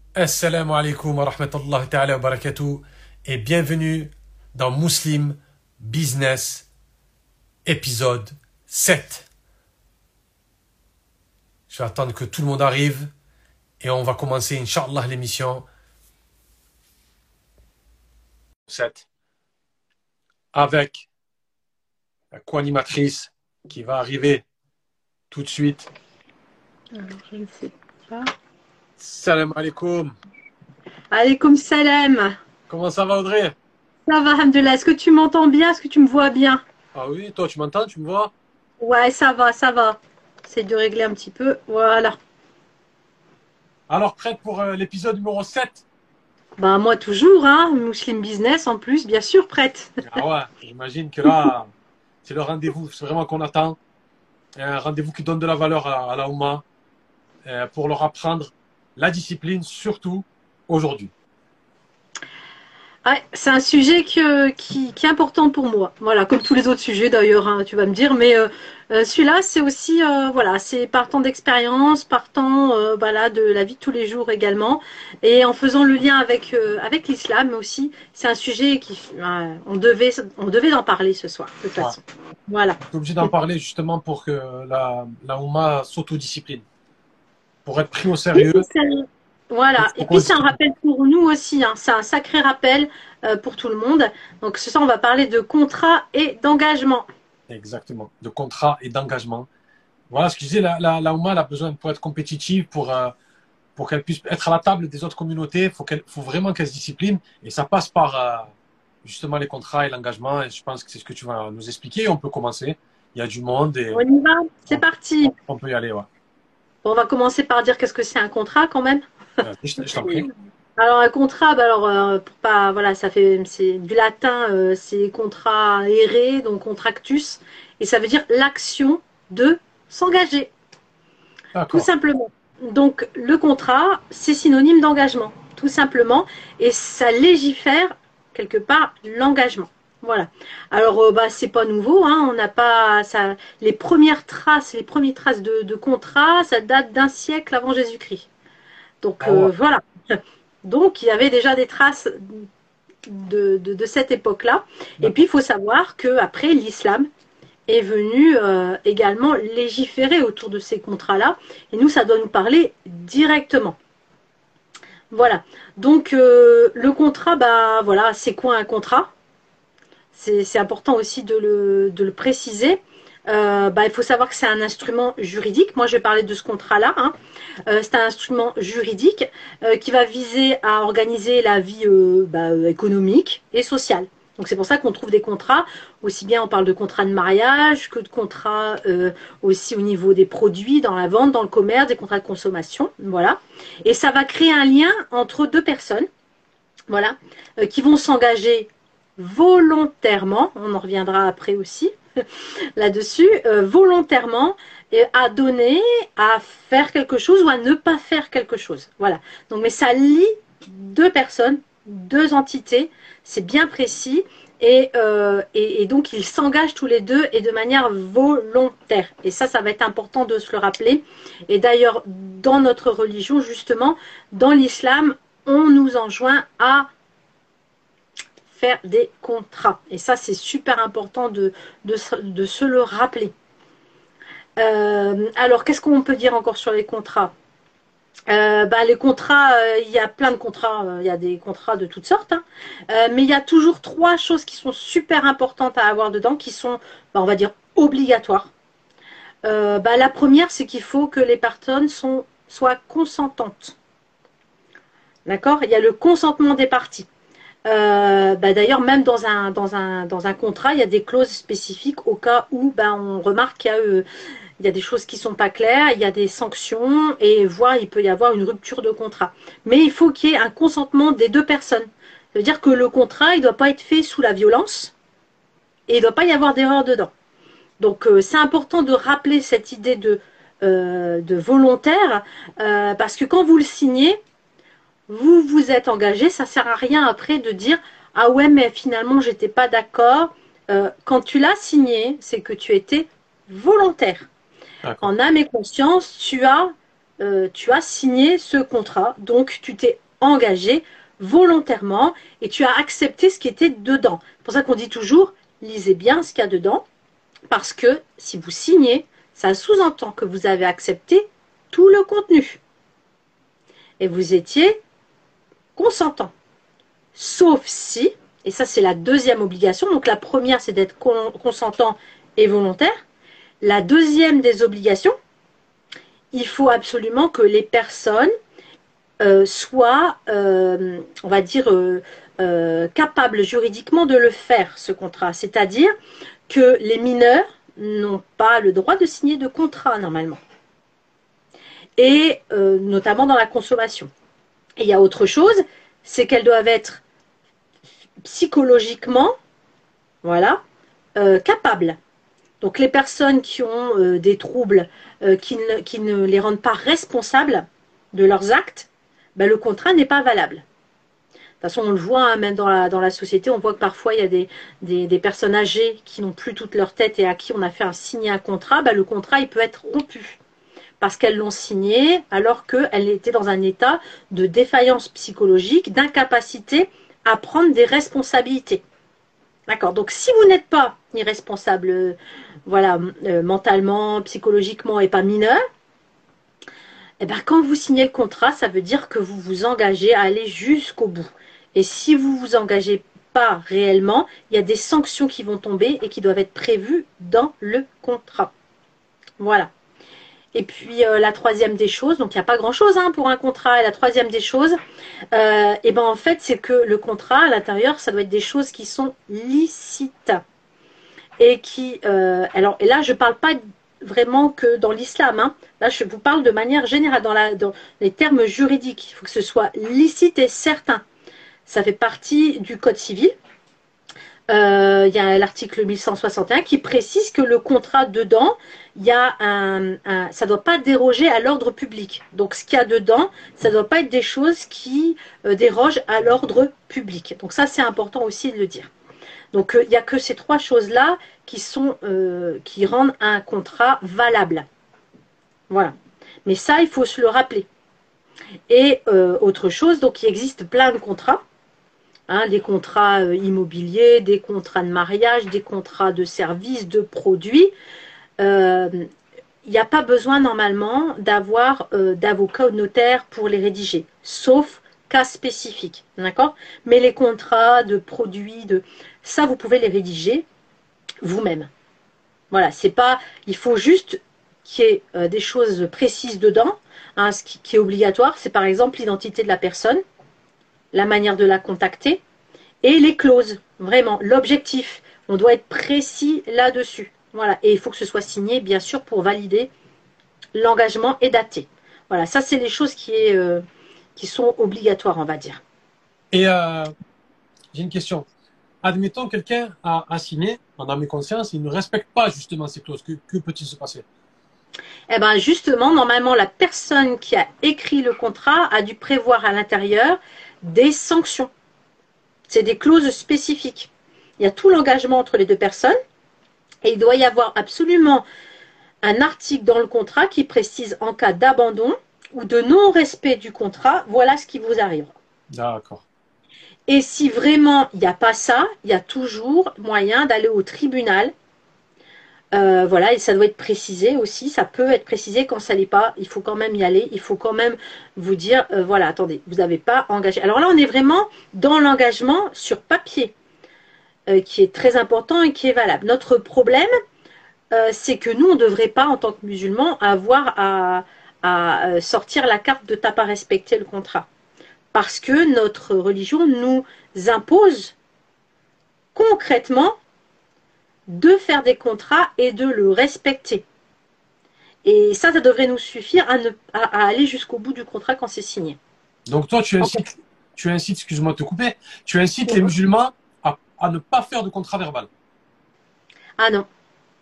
Assalamu alaikum wa rahmatullahi ta'ala wa barakatuh et bienvenue dans Muslim Business épisode 7. Je vais attendre que tout le monde arrive et on va commencer Inch'Allah l'émission 7 avec la co-animatrice qui va arriver tout de suite. Alors, je ne sais pas. Salam alaikum. Alaykoum salam. Comment ça va Audrey? Ça va, alhamdoulilah. Est-ce que tu m'entends bien? Est-ce que tu me vois bien? Ah oui, toi tu m'entends, tu me vois? Ouais, ça va, ça va. J'essaie de régler un petit peu. Voilà. Alors prête pour l'épisode numéro 7? Bah, moi, toujours, hein. Muslim Business en plus, bien sûr, prête. Ah ouais, j'imagine que là, c'est le rendez-vous, c'est vraiment qu'on attend. Un rendez-vous qui donne de la valeur à la Oumma pour leur apprendre la discipline, surtout aujourd'hui. Ouais, c'est un sujet qui est important pour moi. Voilà, comme tous les autres sujets d'ailleurs, hein, tu vas me dire. Mais celui-là, c'est aussi, voilà, c'est partant d'expérience, partant voilà, de la vie de tous les jours également. Et en faisant le lien avec l'islam aussi, c'est un sujet on devait en parler ce soir, de toute Ouais. façon. Voilà. On est obligé d'en parler justement pour que la Oumma s'autodiscipline. Pour être pris au Et sérieux, puis, il voilà. Et faut puis qu'on se c'est un discipline. rappel pour nous aussi, hein. C'est un sacré rappel pour tout le monde. Donc ce soir, on va parler de contrat et d'engagement. Exactement, de contrat et d'engagement. Voilà ce que je disais, la Oumma elle a besoin pour être compétitive, pour qu'elle puisse être à la table des autres communautés, faut vraiment qu'elle se discipline. Et ça passe par justement les contrats et l'engagement. Et je pense que c'est ce que tu vas nous expliquer. On peut commencer. Il y a du monde On et y va? C'est on, parti. on peut y aller. Ouais. Bon, on va commencer par dire qu'est-ce que c'est un contrat quand même. Je t'en prie. Alors un contrat, bah alors pour pas, voilà, c'est du latin, c'est contrat erré, donc contractus, et ça veut dire l'action de s'engager, tout D'accord. simplement. Donc le contrat, c'est synonyme d'engagement, tout simplement, et ça légifère quelque part l'engagement. Voilà. Alors bah c'est pas nouveau, hein, on n'a pas ça. Les premières traces de contrat, ça date d'un siècle avant Jésus-Christ. Donc Ah ouais. voilà. Donc il y avait déjà des traces de cette époque-là. Et puis il D'accord. faut savoir qu'après, l'islam est venu également légiférer autour de ces contrats-là. Et nous, ça doit nous parler directement. Voilà. Donc le contrat, bah voilà, c'est quoi un contrat? C'est important aussi de le préciser. Bah, il faut savoir que c'est un instrument juridique. Moi, je vais parler de ce contrat-là, hein. C'est un instrument juridique qui va viser à organiser la vie économique et sociale. Donc c'est pour ça qu'on trouve des contrats, aussi bien on parle de contrats de mariage que de contrats aussi au niveau des produits, dans la vente, dans le commerce, des contrats de consommation. Voilà. Et ça va créer un lien entre deux personnes, voilà, qui vont s'engager volontairement, on en reviendra après aussi là-dessus, volontairement à donner, à faire quelque chose ou à ne pas faire quelque chose. Voilà. Donc, mais ça lie deux personnes, deux entités, c'est bien précis. Et donc, ils s'engagent tous les deux et de manière volontaire. Et ça va être important de se le rappeler. Et d'ailleurs, dans notre religion, justement, dans l'islam, on nous enjoint à faire des contrats. Et ça, c'est super important de se le rappeler. Alors, qu'est-ce qu'on peut dire encore sur les contrats? Les contrats, il y a plein de contrats, il y a des contrats de toutes sortes, hein. Mais il y a toujours trois choses qui sont super importantes à avoir dedans, qui sont, on va dire, obligatoires. La première, c'est qu'il faut que les personnes soient consentantes. D'accord? Il y a le consentement des parties. D'ailleurs, même dans un contrat, il y a des clauses spécifiques au cas où on remarque qu'il y a des choses qui ne sont pas claires, il y a des sanctions et voire il peut y avoir une rupture de contrat. Mais il faut qu'il y ait un consentement des deux personnes. Ça veut dire que le contrat, il ne doit pas être fait sous la violence et il ne doit pas y avoir d'erreur dedans. Donc c'est important de rappeler cette idée de volontaire parce que quand vous le signez, vous vous êtes engagé, ça ne sert à rien après de dire ah ouais mais finalement j'étais pas d'accord. Quand tu l'as signé, c'est que tu étais volontaire. D'accord. En âme et conscience, tu as tu as signé ce contrat, donc tu t'es engagé volontairement et tu as accepté ce qui était dedans. C'est pour ça qu'on dit toujours, lisez bien ce qu'il y a dedans, parce que si vous signez, ça sous-entend que vous avez accepté tout le contenu. Et vous étiez consentant. Sauf si, et ça c'est la deuxième obligation, donc la première c'est d'être consentant et volontaire. La deuxième des obligations, il faut absolument que les personnes soient, on va dire, capables juridiquement de le faire, ce contrat. C'est-à-dire que les mineurs n'ont pas le droit de signer de contrat normalement. Et notamment dans la consommation. Et il y a autre chose, c'est qu'elles doivent être psychologiquement, voilà, capables. Donc les personnes qui ont des troubles qui ne les rendent pas responsables de leurs actes, ben, le contrat n'est pas valable. De toute façon, on le voit, hein, même dans la société, on voit que parfois il y a des personnes âgées qui n'ont plus toute leur tête et à qui on a fait signer un contrat, ben, le contrat il peut être rompu. Parce qu'elles l'ont signé alors qu'elles étaient dans un état de défaillance psychologique, d'incapacité à prendre des responsabilités. D'accord. Donc, si vous n'êtes pas irresponsable, voilà, mentalement, psychologiquement et pas mineur, eh ben, quand vous signez le contrat, ça veut dire que vous vous engagez à aller jusqu'au bout. Et si vous vous engagez pas réellement, il y a des sanctions qui vont tomber et qui doivent être prévues dans le contrat. Voilà. Et puis la troisième des choses, donc il n'y a pas grand chose hein, pour un contrat, et la troisième des choses, et ben en fait c'est que le contrat à l'intérieur, ça doit être des choses qui sont licites. Et qui, alors, et là je ne parle pas vraiment que dans l'islam, hein. Là je vous parle de manière générale, dans les termes juridiques, il faut que ce soit licite et certain. Ça fait partie du code civil. Il y a l'article 1161 qui précise que le contrat dedans, il y a ça ne doit pas déroger à l'ordre public. Donc ce qu'il y a dedans, ça ne doit pas être des choses qui dérogent à l'ordre public. Donc ça c'est important aussi de le dire. Donc il n'y a que ces trois choses-là qui rendent un contrat valable. Voilà. Mais ça, il faut se le rappeler. Et autre chose, donc il existe plein de contrats. Hein, des contrats immobiliers, des contrats de mariage, des contrats de services, de produits. Il n'y a pas besoin normalement d'avoir d'avocat ou de notaire pour les rédiger, sauf cas spécifiques, d'accord? Mais les contrats de produits, ça vous pouvez les rédiger vous-même. Voilà, c'est pas, il faut juste qu'il y ait des choses précises dedans. Hein, ce qui est obligatoire, c'est par exemple l'identité de la personne, la manière de la contacter et les clauses, vraiment, l'objectif. On doit être précis là-dessus. Voilà, et il faut que ce soit signé, bien sûr, pour valider l'engagement et daté. Voilà, ça, c'est les choses qui sont obligatoires, on va dire. Et j'ai une question. Admettons, quelqu'un a signé, en âme et conscience, il ne respecte pas justement ces clauses. Que peut-il se passer? Eh bien, justement, normalement, la personne qui a écrit le contrat a dû prévoir à l'intérieur des sanctions. C'est des clauses spécifiques. Il y a tout l'engagement entre les deux personnes et il doit y avoir absolument un article dans le contrat qui précise en cas d'abandon ou de non-respect du contrat, voilà ce qui vous arrive. D'accord. Et si vraiment il n'y a pas ça, il y a toujours moyen d'aller au tribunal. Voilà, et ça doit être précisé aussi, ça peut être précisé quand ça l'est pas, il faut quand même y aller, il faut quand même vous dire, voilà, attendez, vous n'avez pas engagé. Alors là, on est vraiment dans l'engagement sur papier, qui est très important et qui est valable. Notre problème, c'est que nous, on ne devrait pas, en tant que musulmans, avoir à sortir la carte de t'as pas respecté le contrat. Parce que notre religion nous impose concrètement de faire des contrats et de le respecter. Et ça devrait nous suffire à aller jusqu'au bout du contrat quand c'est signé. Donc toi, tu incites, excuse-moi de te couper, tu incites les musulmans à ne pas faire de contrat verbal. Ah non.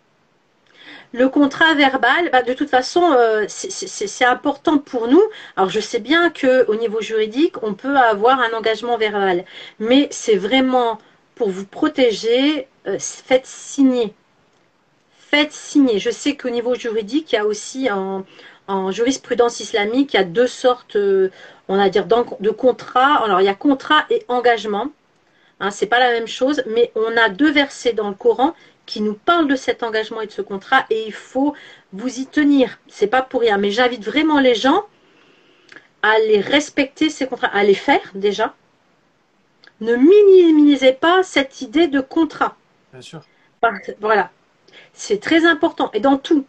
Le contrat verbal, bah de toute façon, c'est important pour nous. Alors, je sais bien qu'au niveau juridique, on peut avoir un engagement verbal. Mais c'est vraiment pour vous protéger, faites signer. Faites signer. Je sais qu'au niveau juridique, il y a aussi en jurisprudence islamique, il y a deux sortes, on va dire, de contrats. Alors, il y a contrat et engagement. Hein, c'est pas la même chose, mais on a deux versets dans le Coran qui nous parlent de cet engagement et de ce contrat, et il faut vous y tenir. C'est pas pour rien, mais j'invite vraiment les gens à les respecter, ces contrats, à les faire déjà. Ne minimisez pas cette idée de contrat. Bien sûr. Voilà, c'est très important, et dans tout.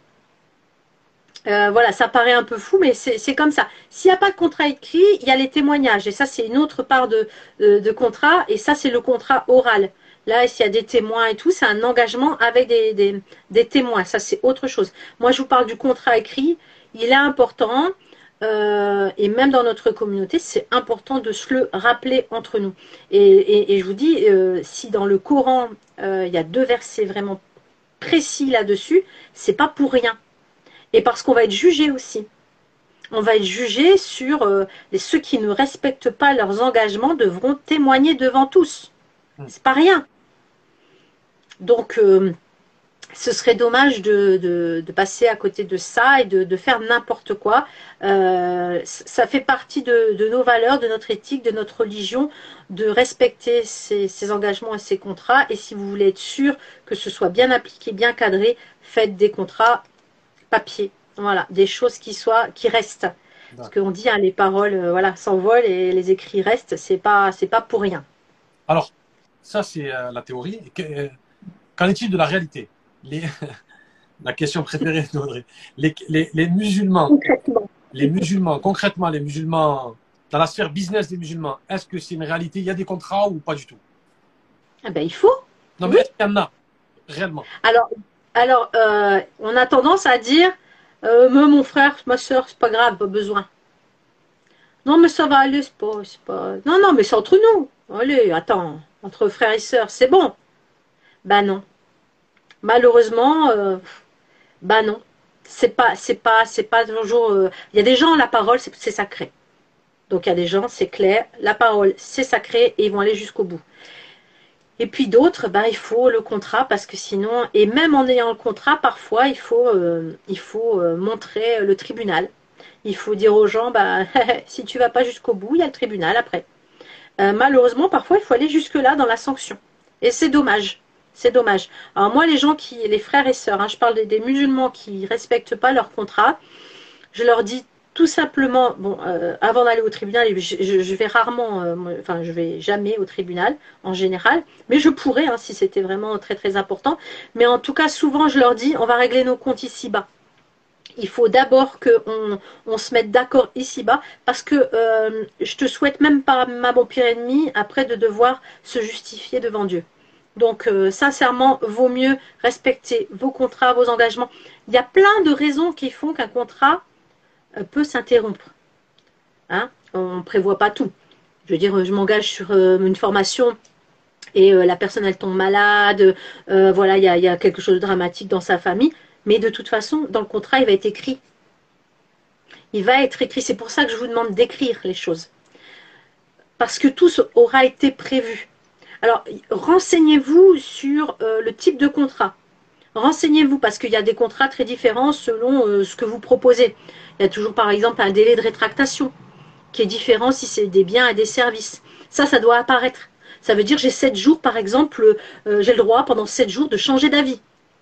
Voilà, ça paraît un peu fou, mais c'est comme ça. S'il n'y a pas de contrat écrit, il y a les témoignages. Et ça, c'est une autre part de contrat. Et ça, c'est le contrat oral. Là, s'il y a des témoins et tout, c'est un engagement avec des témoins. Ça, c'est autre chose. Moi, je vous parle du contrat écrit. Il est important. Et même dans notre communauté, c'est important de se le rappeler entre nous. Et je vous dis, si dans le Coran, il y a deux versets vraiment précis là-dessus, c'est pas pour rien. Et parce qu'on va être jugé aussi. On va être jugé sur ceux qui ne respectent pas leurs engagements devront témoigner devant tous. C'est pas rien. Donc, ce serait dommage de passer à côté de ça et de faire n'importe quoi. Ça fait partie de nos valeurs, de notre éthique, de notre religion, de respecter ces engagements et ces contrats. Et si vous voulez être sûr que ce soit bien appliqué, bien cadré, faites des contrats papier. Voilà, des choses qui restent. Parce qu'on dit, hein, les paroles voilà, s'envolent et les écrits restent, c'est pas pour rien. Alors, ça, c'est la théorie. Qu'en est-il de la réalité? La question préférée d'Audrey. Les musulmans, concrètement, les musulmans, dans la sphère business des musulmans, est-ce que c'est une réalité? Il y a des contrats ou pas du tout? Ah ben, il faut. Non, mais est-ce qu'il y en a réellement? Alors on a tendance à dire, mon frère, ma soeur, c'est pas grave, pas besoin. Non, mais ça va aller, c'est pas... Non, non, mais c'est entre nous. Allez, attends, entre frères et sœurs, c'est bon. Bah non. Malheureusement, bah non. C'est pas toujours... Il y a des gens, la parole, c'est sacré. Donc il y a des gens, c'est clair, la parole, c'est sacré, et ils vont aller jusqu'au bout. Et puis d'autres, ben, il faut le contrat parce que sinon, et même en ayant le contrat, parfois, il faut montrer le tribunal. Il faut dire aux gens, bah, si tu vas pas jusqu'au bout, il y a le tribunal après. Malheureusement, parfois, il faut aller jusque-là dans la sanction. Et c'est dommage. C'est dommage. Alors moi, les frères et sœurs, hein, je parle des musulmans qui respectent pas leur contrat, je leur dis tout simplement, bon, avant d'aller au tribunal, je vais rarement, enfin, je vais jamais au tribunal en général, mais je pourrais hein, si c'était vraiment très très important. Mais en tout cas, souvent, je leur dis, on va régler nos comptes ici-bas. Il faut d'abord qu'on se mette d'accord ici-bas, parce que je te souhaite même pas, ma bon pire ennemi, après de devoir se justifier devant Dieu. Donc, sincèrement, vaut mieux respecter vos contrats, vos engagements. Il y a plein de raisons qui font qu'un contrat peut s'interrompre. Hein, on ne prévoit pas tout. Je veux dire, je m'engage sur une formation et la personne, elle tombe malade, voilà, il y a quelque chose de dramatique dans sa famille, mais de toute façon, dans le contrat, il va être écrit. Il va être écrit. C'est pour ça que je vous demande d'écrire les choses. Parce que tout aura été prévu. Alors, renseignez-vous sur le type de contrat. Renseignez-vous parce qu'il y a des contrats très différents selon ce que vous proposez. Il y a toujours par exemple un délai de rétractation qui est différent si c'est des biens et des services. Ça doit apparaître. Ça veut dire j'ai 7 jours par exemple, j'ai le droit pendant 7 jours de changer d'avis.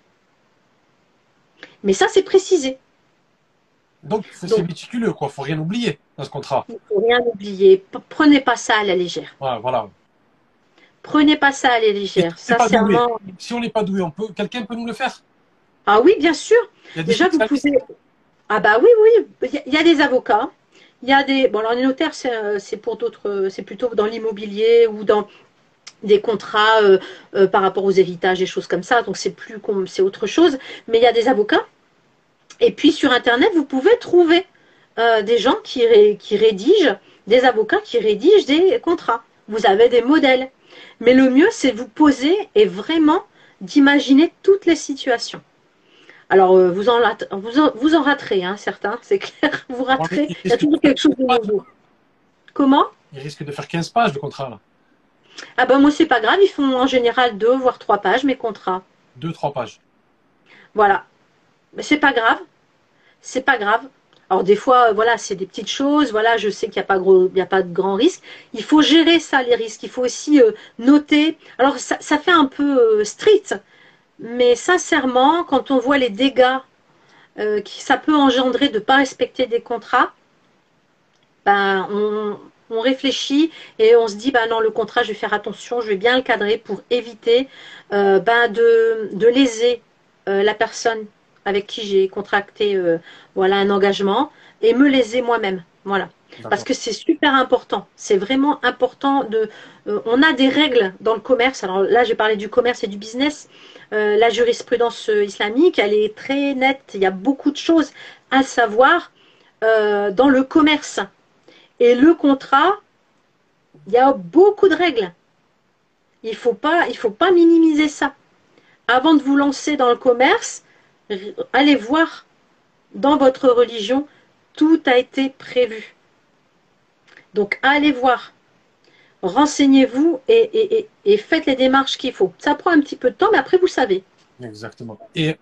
Mais ça c'est précisé. Donc c'est méticuleux, quoi. Faut rien oublier dans ce contrat. Il ne faut rien oublier. Prenez pas ça à la légère. Ouais, voilà. Prenez pas ça à la légère. Sincèrement. Si on n'est pas doué, quelqu'un peut nous le faire? Ah oui, bien sûr. Déjà, vous pouvez... Ah bah oui, oui. Il y a des avocats. Il y a des... Bon, alors les notaires, c'est pour d'autres... C'est plutôt dans l'immobilier ou dans des contrats par rapport aux héritages et choses comme ça. Donc, c'est autre chose. Mais il y a des avocats. Et puis, sur Internet, vous pouvez trouver des gens qui rédigent, des avocats qui rédigent des contrats. Vous avez des modèles. Mais le mieux, c'est de vous poser et vraiment d'imaginer toutes les situations. Alors, vous en raterez, hein, certains, c'est clair. Vous raterez, il y a toujours quelque chose de nouveau. Comment? Il risque de faire 15 pages, le contrat, là. Ah ben, moi, c'est pas grave. Ils font en général 2 voire 3 pages, mes contrats. 2-3 pages. Voilà. Mais c'est pas grave. C'est pas grave. Alors des fois, voilà, c'est des petites choses. Voilà, je sais qu'il n'y a pas il y a pas de grands risques. Il faut gérer ça, les risques. Il faut aussi noter. Alors ça fait un peu strict, mais sincèrement, quand on voit les dégâts que ça peut engendrer de ne pas respecter des contrats, ben, on réfléchit et on se dit, ben non, le contrat, je vais faire attention, je vais bien le cadrer pour éviter ben de léser la personne avec qui j'ai contracté voilà, un engagement et me léser moi-même. Voilà. Parce que c'est super important. C'est vraiment important de. On a des règles dans le commerce. Alors là, j'ai parlé du commerce et du business. La jurisprudence islamique, elle est très nette. Il y a beaucoup de choses à savoir dans le commerce. Et le contrat, il y a beaucoup de règles. Il faut pas minimiser ça. Avant de vous lancer dans le commerce, allez voir dans votre religion, tout a été prévu. Donc allez voir, renseignez-vous et faites les démarches qu'il faut. Ça prend un petit peu de temps, mais après vous savez. Exactement. Et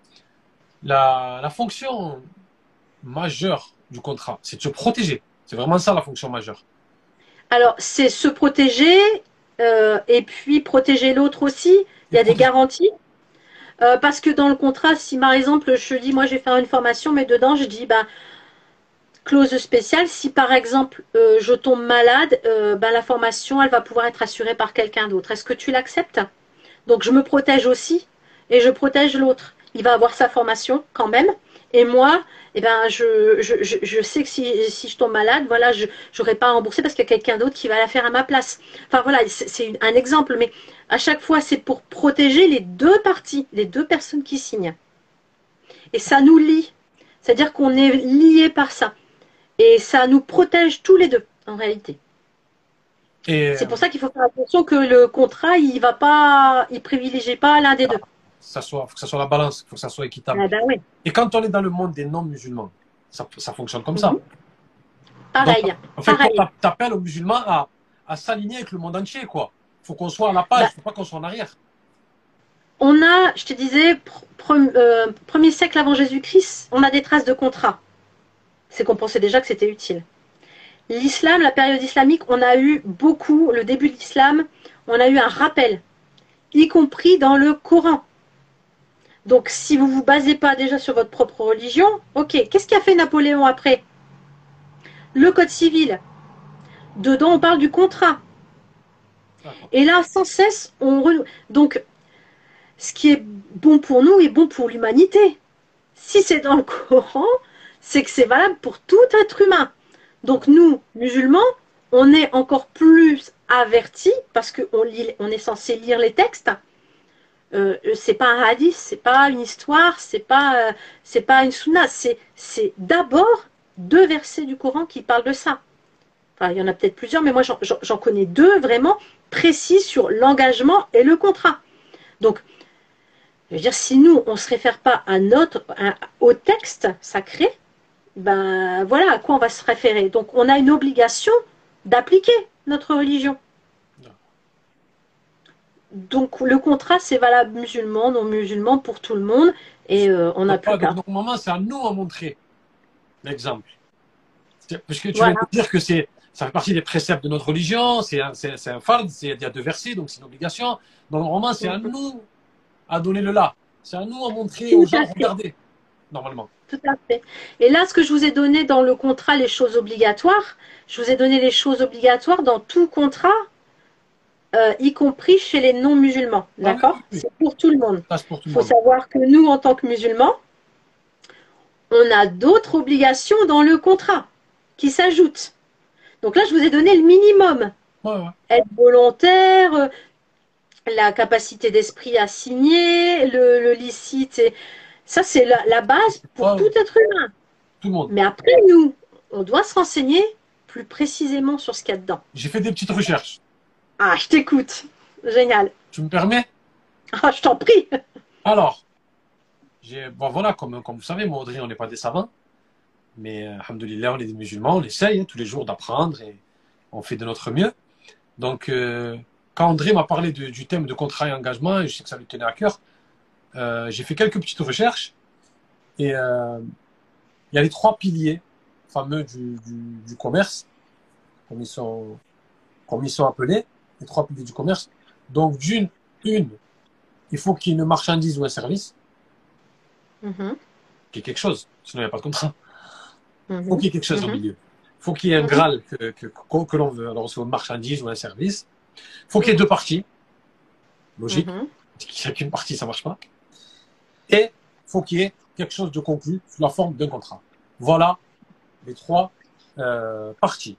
la fonction majeure du contrat, c'est de se protéger. C'est vraiment ça la fonction majeure. Alors, c'est se protéger et puis protéger l'autre aussi. Il y a des garanties. Parce que dans le contrat, si par exemple, je dis, moi je vais faire une formation, mais dedans, je dis, bah, clause spéciale, si par exemple, je tombe malade, bah, la formation, elle va pouvoir être assurée par quelqu'un d'autre. Est-ce que tu l'acceptes? Donc, je me protège aussi et je protège l'autre. Il va avoir sa formation quand même. Et moi, eh ben, je sais que si je tombe malade, voilà, je n'aurai pas à rembourser parce qu'il y a quelqu'un d'autre qui va la faire à ma place. Enfin voilà, c'est un exemple, mais à chaque fois, c'est pour protéger les deux parties, les deux personnes qui signent. Et ça nous lie. C'est-à-dire qu'on est liés par ça. Et ça nous protège tous les deux, en réalité. C'est pour ça qu'il faut faire attention que le contrat, il privilégie pas l'un des deux. Faut que ça soit la balance, il faut que ça soit équitable. Ah ben oui. Et quand on est dans le monde des non-musulmans, ça fonctionne comme ça. Pareil. Donc, en fait, tu appelles aux musulmans à s'aligner avec le monde entier, quoi. Il faut qu'on soit à la page, il ne faut pas qu'on soit en arrière. On a, je te disais, premier siècle avant Jésus-Christ, on a des traces de contrats. C'est qu'on pensait déjà que c'était utile. L'islam, la période islamique, on a eu beaucoup, le début de l'islam, on a eu un rappel, y compris dans le Coran. Donc, si vous ne vous basez pas déjà sur votre propre religion, ok, qu'est-ce qu'a fait Napoléon après? Le Code civil. Dedans, on parle du contrat. Et là, sans cesse, donc, ce qui est bon pour nous est bon pour l'humanité. Si c'est dans le Coran, c'est que c'est valable pour tout être humain. Donc nous, musulmans, on est encore plus avertis parce qu'on est censé lire les textes. C'est pas un hadith, c'est pas une histoire, c'est pas une sunna. C'est d'abord deux versets du Coran qui parlent de ça. Enfin, il y en a peut-être plusieurs, mais moi j'en connais deux vraiment précis sur l'engagement et le contrat. Donc, je veux dire, si nous, on ne se réfère pas au texte sacré, ben voilà à quoi on va se référer. Donc, on a une obligation d'appliquer notre religion. Donc, le contrat, c'est valable musulman, non musulman, pour tout le monde. Et on n'a plus qu'à. Normalement, c'est à nous à montrer l'exemple. Parce que tu viens de dire que ça fait partie des préceptes de notre religion, c'est un fard, il y a deux versets, donc c'est une obligation. Donc, normalement, c'est à nous à donner le là. C'est à nous à montrer aux gens, regardez, normalement. Tout à fait. Et là, ce que je vous ai donné dans le contrat, les choses obligatoires, je vous ai donné les choses obligatoires dans tout contrat, y compris chez les non-musulmans. D'accord? Oui. C'est pour tout le monde. Il faut savoir que nous, en tant que musulmans, on a d'autres obligations dans le contrat qui s'ajoutent. Donc là, je vous ai donné le minimum. Être volontaire, la capacité d'esprit à signer, le licite. Ça, c'est la base pour tout être humain. Tout le monde. Mais après, nous, on doit se renseigner plus précisément sur ce qu'il y a dedans. J'ai fait des petites recherches. Ah, je t'écoute. Génial. Tu me permets? Ah, je t'en prie. Alors, bon, voilà, comme vous savez, moi, Audrey, on n'est pas des savants. Mais, alhamdoulilah, on est des musulmans, on essaye tous les jours d'apprendre et on fait de notre mieux. Donc, quand André m'a parlé du thème de contrat et engagement, et je sais que ça lui tenait à cœur, j'ai fait quelques petites recherches et il y a les trois piliers fameux du commerce, comme ils sont appelés, les trois piliers du commerce. Donc, il faut qu'il y ait une marchandise ou un service, qu'il y ait quelque chose, sinon il n'y a pas de contrat. Il faut qu'il y ait quelque chose au milieu. Il faut qu'il y ait un Graal que l'on veut. Alors, c'est une marchandise ou un service. Il faut qu'il y ait deux parties. Logique. S'il n'y a qu'une partie, ça ne marche pas. Et il faut qu'il y ait quelque chose de conclu sous la forme d'un contrat. Voilà les trois parties.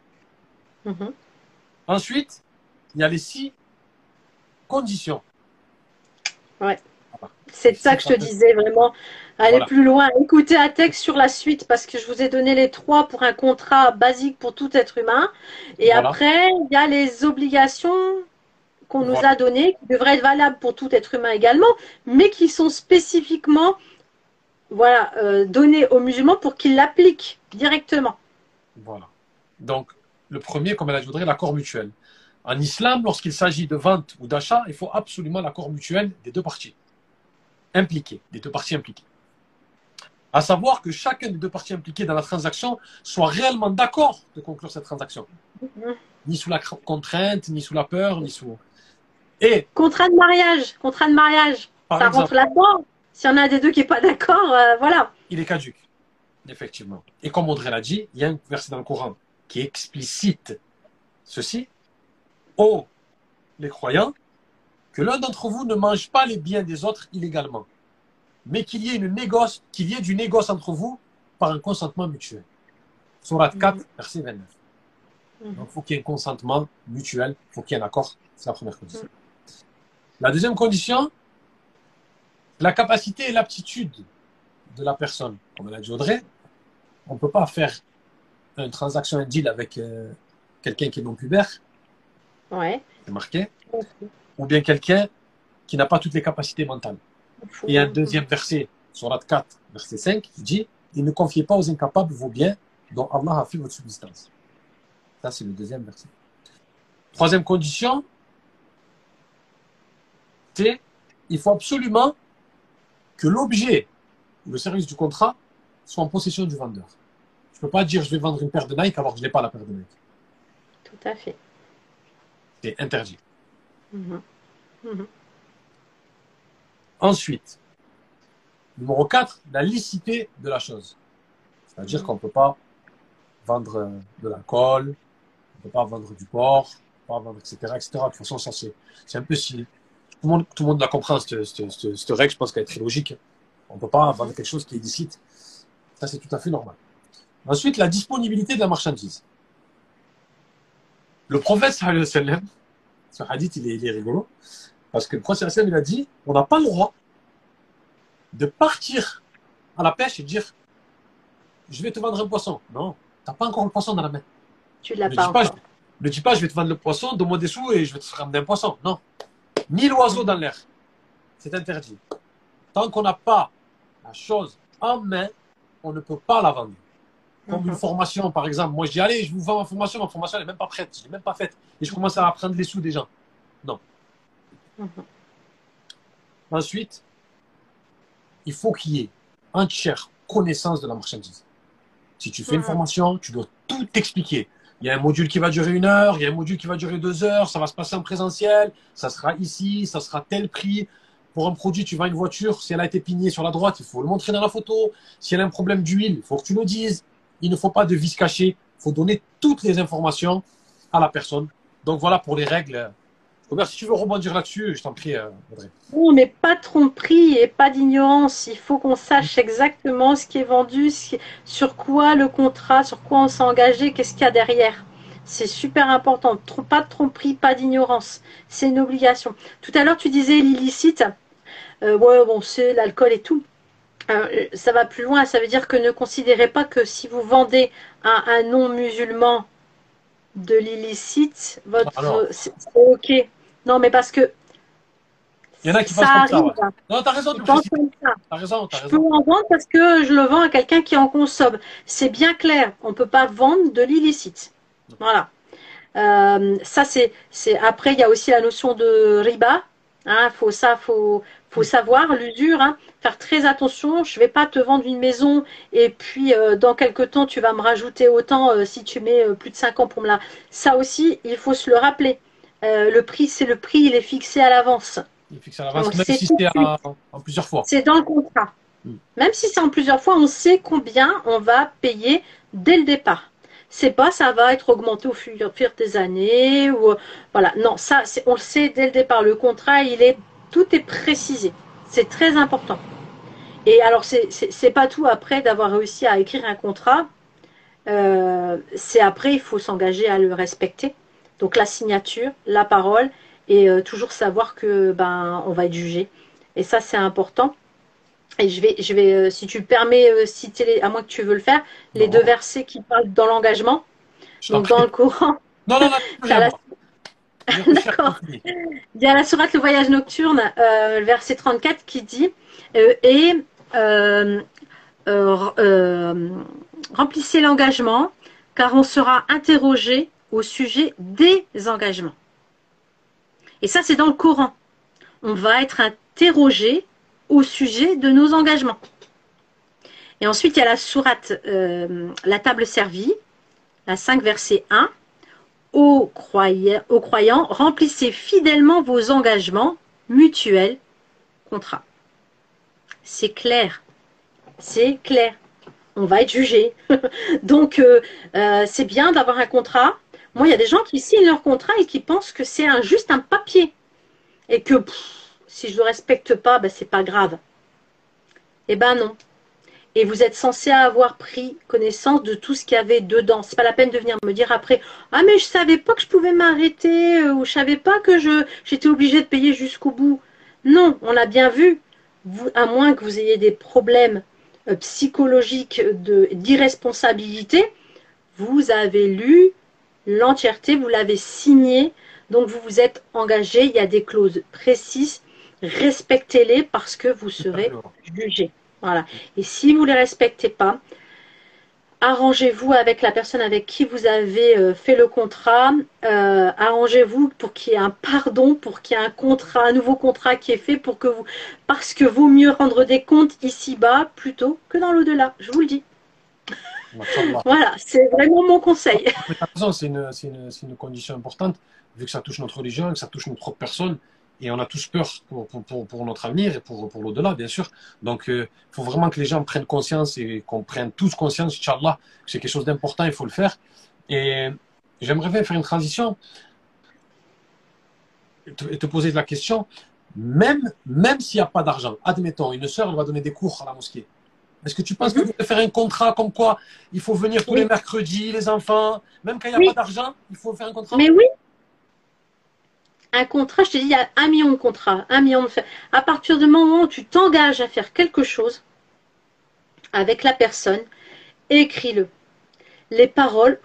Ensuite, il y a les 6 conditions. Ouais. Voilà. C'est ça que je te disais, vraiment. Aller plus loin, écouter un texte sur la suite, parce que je vous ai donné les 3 pour un contrat basique pour tout être humain. Et après, il y a les obligations qu'on nous a données, qui devraient être valables pour tout être humain également, mais qui sont spécifiquement données aux musulmans pour qu'ils l'appliquent directement. Voilà. Donc, le premier, comme elle a dit Audrey, l'accord mutuel. En islam, lorsqu'il s'agit de vente ou d'achat, il faut absolument l'accord mutuel des deux parties impliquées, des deux parties impliquées. À savoir que chacun des deux parties impliquées dans la transaction soit réellement d'accord de conclure cette transaction. Ni sous la contrainte, ni sous la peur, ni sous... Et contrat de mariage, ça rentre là-dedans. S'il y en a des deux qui n'est pas d'accord, voilà. Il est caduque, effectivement. Et comme Audrey l'a dit, il y a un verset dans le Coran qui explicite ceci. Ô les croyants, que l'un d'entre vous ne mange pas les biens des autres illégalement, mais qu'il y ait du négoce entre vous par un consentement mutuel. Sourate 4, verset 29. Donc, il faut qu'il y ait un consentement mutuel, il faut qu'il y ait un accord. C'est la première condition. La deuxième condition, la capacité et l'aptitude de la personne. Comme l'a dit Audrey, on ne peut pas faire une transaction, un deal avec quelqu'un qui est non-pubère. Ouais. C'est marqué. Ou bien quelqu'un qui n'a pas toutes les capacités mentales. Et un deuxième verset, Sourate 4, verset 5, qui dit « Et ne confiez pas aux incapables vos biens dont Allah a fait votre subsistance. » Ça, c'est le deuxième verset. Troisième condition, c'est il faut absolument que l'objet ou le service du contrat soit en possession du vendeur. Je ne peux pas dire je vais vendre une paire de Nike alors que je n'ai pas la paire de Nike. Tout à fait. C'est interdit. Ensuite, numéro 4, la licité de la chose. C'est-à-dire qu'on ne peut pas vendre de l'alcool, on ne peut pas vendre du porc, on ne peut pas vendre, etc., etc. De toute façon, ça, c'est un peu si... Tout le monde la comprend, cette règle, je pense qu'elle est très logique. On ne peut pas vendre quelque chose qui est illicite. Ça, c'est tout à fait normal. Ensuite, la disponibilité de la marchandise. Le prophète, sallallahu alayhi wa sallam, ce hadith, il est rigolo, parce que le prophète, sallallahu alayhi wa sallam, il a dit, on n'a pas le droit de partir à la pêche et dire, je vais te vendre un poisson. Non, tu n'as pas encore le poisson dans la main. Tu ne l'as pas encore. Ne dis pas, je vais te vendre le poisson, donne-moi des sous et je vais te ramener un poisson. Non. Ni l'oiseau dans l'air. C'est interdit. Tant qu'on n'a pas la chose en main, on ne peut pas la vendre. Comme une formation, par exemple. Moi, je dis, allez, je vous vends ma formation elle n'est même pas prête. Je ne l'ai même pas faite. Et je commence à prendre les sous des gens. Non. Ensuite, il faut qu'il y ait entière connaissance de la marchandise. Si tu fais une formation, tu dois tout expliquer. Il y a un module qui va durer 1 heure, il y a un module qui va durer 2 heures, ça va se passer en présentiel, ça sera ici, ça sera tel prix. Pour un produit, tu vends une voiture, si elle a été pignée sur la droite, il faut le montrer dans la photo. Si elle a un problème d'huile, il faut que tu le dises. Il ne faut pas de vis caché, il faut donner toutes les informations à la personne. Donc voilà pour les règles. Si tu veux rebondir là-dessus, je t'en prie, Audrey. Non, mais pas de tromperie et pas d'ignorance. Il faut qu'on sache exactement ce qui est vendu, sur quoi le contrat, sur quoi on s'est engagé, qu'est-ce qu'il y a derrière. C'est super important. Pas de tromperie, pas d'ignorance. C'est une obligation. Tout à l'heure, tu disais l'illicite. Ouais, bon, c'est l'alcool et tout. Ça va plus loin. Ça veut dire que ne considérez pas que si vous vendez à un non-musulman de l'illicite, c'est ok. Non, mais parce que il y en a qui pensent comme ça. Ouais. Non, t'as raison. T'as raison. Je peux en vendre parce que je le vends à quelqu'un qui en consomme. C'est bien clair. On ne peut pas vendre de l'illicite. Voilà. Ça, c'est. Après, il y a aussi la notion de riba. Faut Faut savoir l'usure, hein, faire très attention. Je vais pas te vendre une maison et puis dans quelques temps tu vas me rajouter autant si tu mets plus de 5 ans pour me la. Ça aussi, il faut se le rappeler. Le prix, c'est le prix, il est fixé à l'avance. Il fixe à l'avance, On même sait si tout c'est de suite. en plusieurs fois. C'est dans le contrat. Mm. Même si c'est en plusieurs fois, on sait combien on va payer dès le départ. C'est pas ça va être augmenté au fur et à mesure des années ou voilà. Non, ça on le sait dès le départ. Le contrat, tout est précisé. C'est très important. Et alors c'est pas tout après d'avoir réussi à écrire un contrat. C'est après il faut s'engager à le respecter. Donc la signature, la parole et toujours savoir que ben on va être jugé. Et ça c'est important. Et je vais si tu le permets, citer, à moins que tu veux le faire, les Non, deux versets qui parlent dans l'engagement. je t'en Donc prie. dans le Coran, Non, non, non, plus rien, la... moi. J'ai recherché d'accord. fini. Il y a la sourate Le Voyage Nocturne, le verset 34 qui dit et euh, euh, remplissez l'engagement, car on sera interrogé au sujet des engagements. Et ça, c'est dans le Coran. On va être interrogé au sujet de nos engagements. Et ensuite, il y a la sourate La table servie, la 5, verset 1. Aux croyants, remplissez fidèlement vos engagements mutuels, contrats. C'est clair. C'est clair. On va être jugé. Donc, c'est bien d'avoir un contrat. Moi, il y a des gens qui signent leur contrat et qui pensent que c'est juste un papier. Et que si je ne le respecte pas, ben, c'est pas grave. Eh ben non. Et vous êtes censé avoir pris connaissance de tout ce qu'il y avait dedans. C'est pas la peine de venir me dire après ah mais je savais pas que je pouvais m'arrêter ou je savais pas que j'étais obligée de payer jusqu'au bout. Non, on a bien vu. Vous, à moins que vous ayez des problèmes psychologiques d'irresponsabilité, vous avez lu l'entièreté, vous l'avez signé, donc vous vous êtes engagé. Il y a des clauses précises. Respectez-les parce que vous Tout à fait, serez Laurent. jugé. Voilà. Et si vous ne les respectez pas, arrangez-vous avec la personne avec qui vous avez fait le contrat. Arrangez-vous pour qu'il y ait un pardon, pour qu'il y ait un contrat, un nouveau contrat qui est fait pour que vous, parce que vaut mieux rendre des comptes ici-bas plutôt que dans l'au-delà. Je vous le dis. Machallah. Voilà, c'est vraiment mon conseil. Mais t'as raison, c'est une condition importante, vu que ça touche notre religion, que ça touche notre propre personne, et on a tous peur pour notre avenir et pour l'au-delà, bien sûr. Donc, il faut vraiment que les gens prennent conscience et qu'on prenne tous conscience, Inch'Allah, que c'est quelque chose d'important, il faut le faire. Et j'aimerais bien faire une transition et te poser la question, même s'il n'y a pas d'argent, admettons, une sœur, elle va donner des cours à la mosquée. Est-ce que tu penses que vous devez faire un contrat comme quoi il faut venir tous les Oui, mercredis, les enfants, même quand il n'y a pas oui, d'argent, il faut faire un contrat? mais oui, un contrat, je te dis, il y a 1 million de contrats, 1 million de faits. À partir du moment où tu t'engages à faire quelque chose avec la personne, écris-le. Les paroles,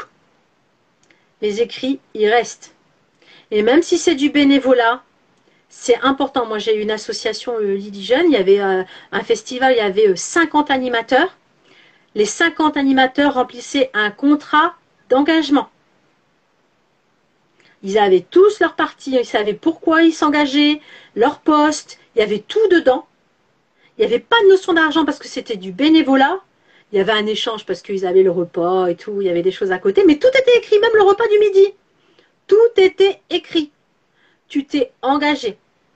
les écrits, ils restent. Et même si c'est du bénévolat, c'est important. Moi, j'ai une association Lydie Jeune, il y avait un festival, il y avait 50 animateurs. Les 50 animateurs remplissaient un contrat d'engagement. Ils avaient tous leur partie, ils savaient pourquoi ils s'engageaient, leur poste, il y avait tout dedans. Il n'y avait pas de notion d'argent parce que c'était du bénévolat. Il y avait un échange parce qu'ils avaient le repas et tout, il y avait des choses à côté, mais tout était écrit, même le repas du midi. Tout était écrit. Tu t'es engagé.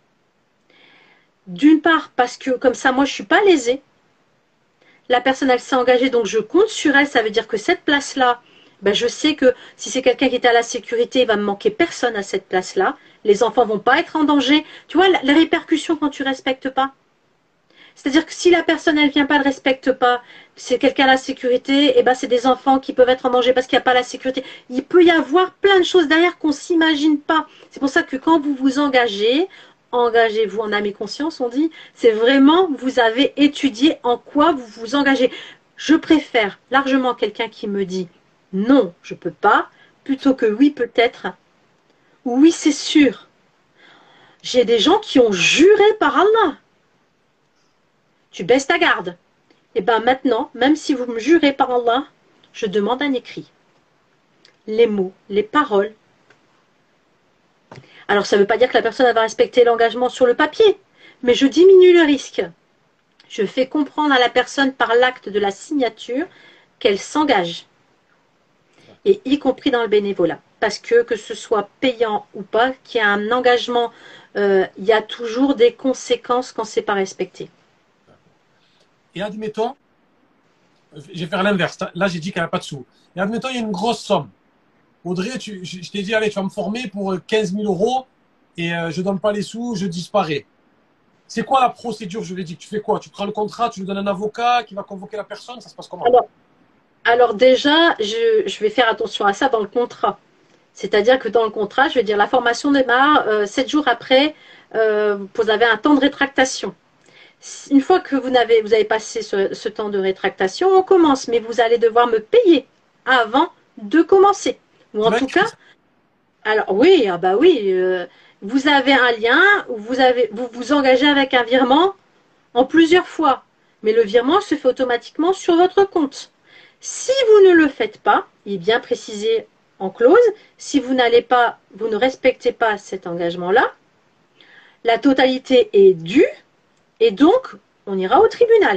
D'une part, parce que comme ça, moi, je ne suis pas lésée. La personne, elle s'est engagée, donc je compte sur elle. Ça veut dire que cette place-là, ben, je sais que si c'est quelqu'un qui est à la sécurité, il va me manquer personne à cette place-là. Les enfants vont pas être en danger. Tu vois, les répercussions quand tu respectes pas. C'est-à-dire que si la personne, elle vient pas, ne respecte pas, c'est quelqu'un à la sécurité, et ben c'est des enfants qui peuvent être en danger parce qu'il n'y a pas la sécurité. Il peut y avoir plein de choses derrière qu'on s'imagine pas. C'est pour ça que quand vous vous engagez, engagez-vous en âme et conscience, on dit, c'est vraiment, vous avez étudié en quoi vous vous engagez. Je préfère largement quelqu'un qui me dit non, je peux pas, plutôt que oui, peut-être, ou oui, c'est sûr. J'ai des gens qui ont juré par Allah. Tu baisses ta garde. Et bien maintenant, même si vous me jurez par Allah, je demande un écrit. Les mots, les paroles. Alors ça ne veut pas dire que la personne va respecter l'engagement sur le papier, mais je diminue le risque. Je fais comprendre à la personne par l'acte de la signature qu'elle s'engage, et y compris dans le bénévolat. Parce que ce soit payant ou pas, qu'il y a un engagement, il y a toujours des conséquences quand c'est pas respecté. Et admettons, je vais faire l'inverse. Là, j'ai dit qu'elle n'a pas de sous. Et admettons, il y a une grosse somme. Audrey, je t'ai dit, allez, tu vas me former pour 15 000 euros et je ne donne pas les sous, je disparais. C'est quoi la procédure juridique? Tu fais quoi? Tu prends le contrat, tu lui donnes un avocat qui va convoquer la personne, ça se passe comment? Alors déjà, je vais faire attention à ça dans le contrat. C'est-à-dire que dans le contrat, je vais dire la formation démarre 7 jours après, vous avez un temps de rétractation. Une fois que vous avez passé ce temps de rétractation, on commence, mais vous allez devoir me payer avant de commencer. Ou en tout cas, alors oui, ah bah oui, vous avez un lien, vous vous engagez avec un virement en plusieurs fois, mais le virement se fait automatiquement sur votre compte. Si vous ne le faites pas, il est bien précisé en clause, si vous vous ne respectez pas cet engagement-là, la totalité est due et donc on ira au tribunal.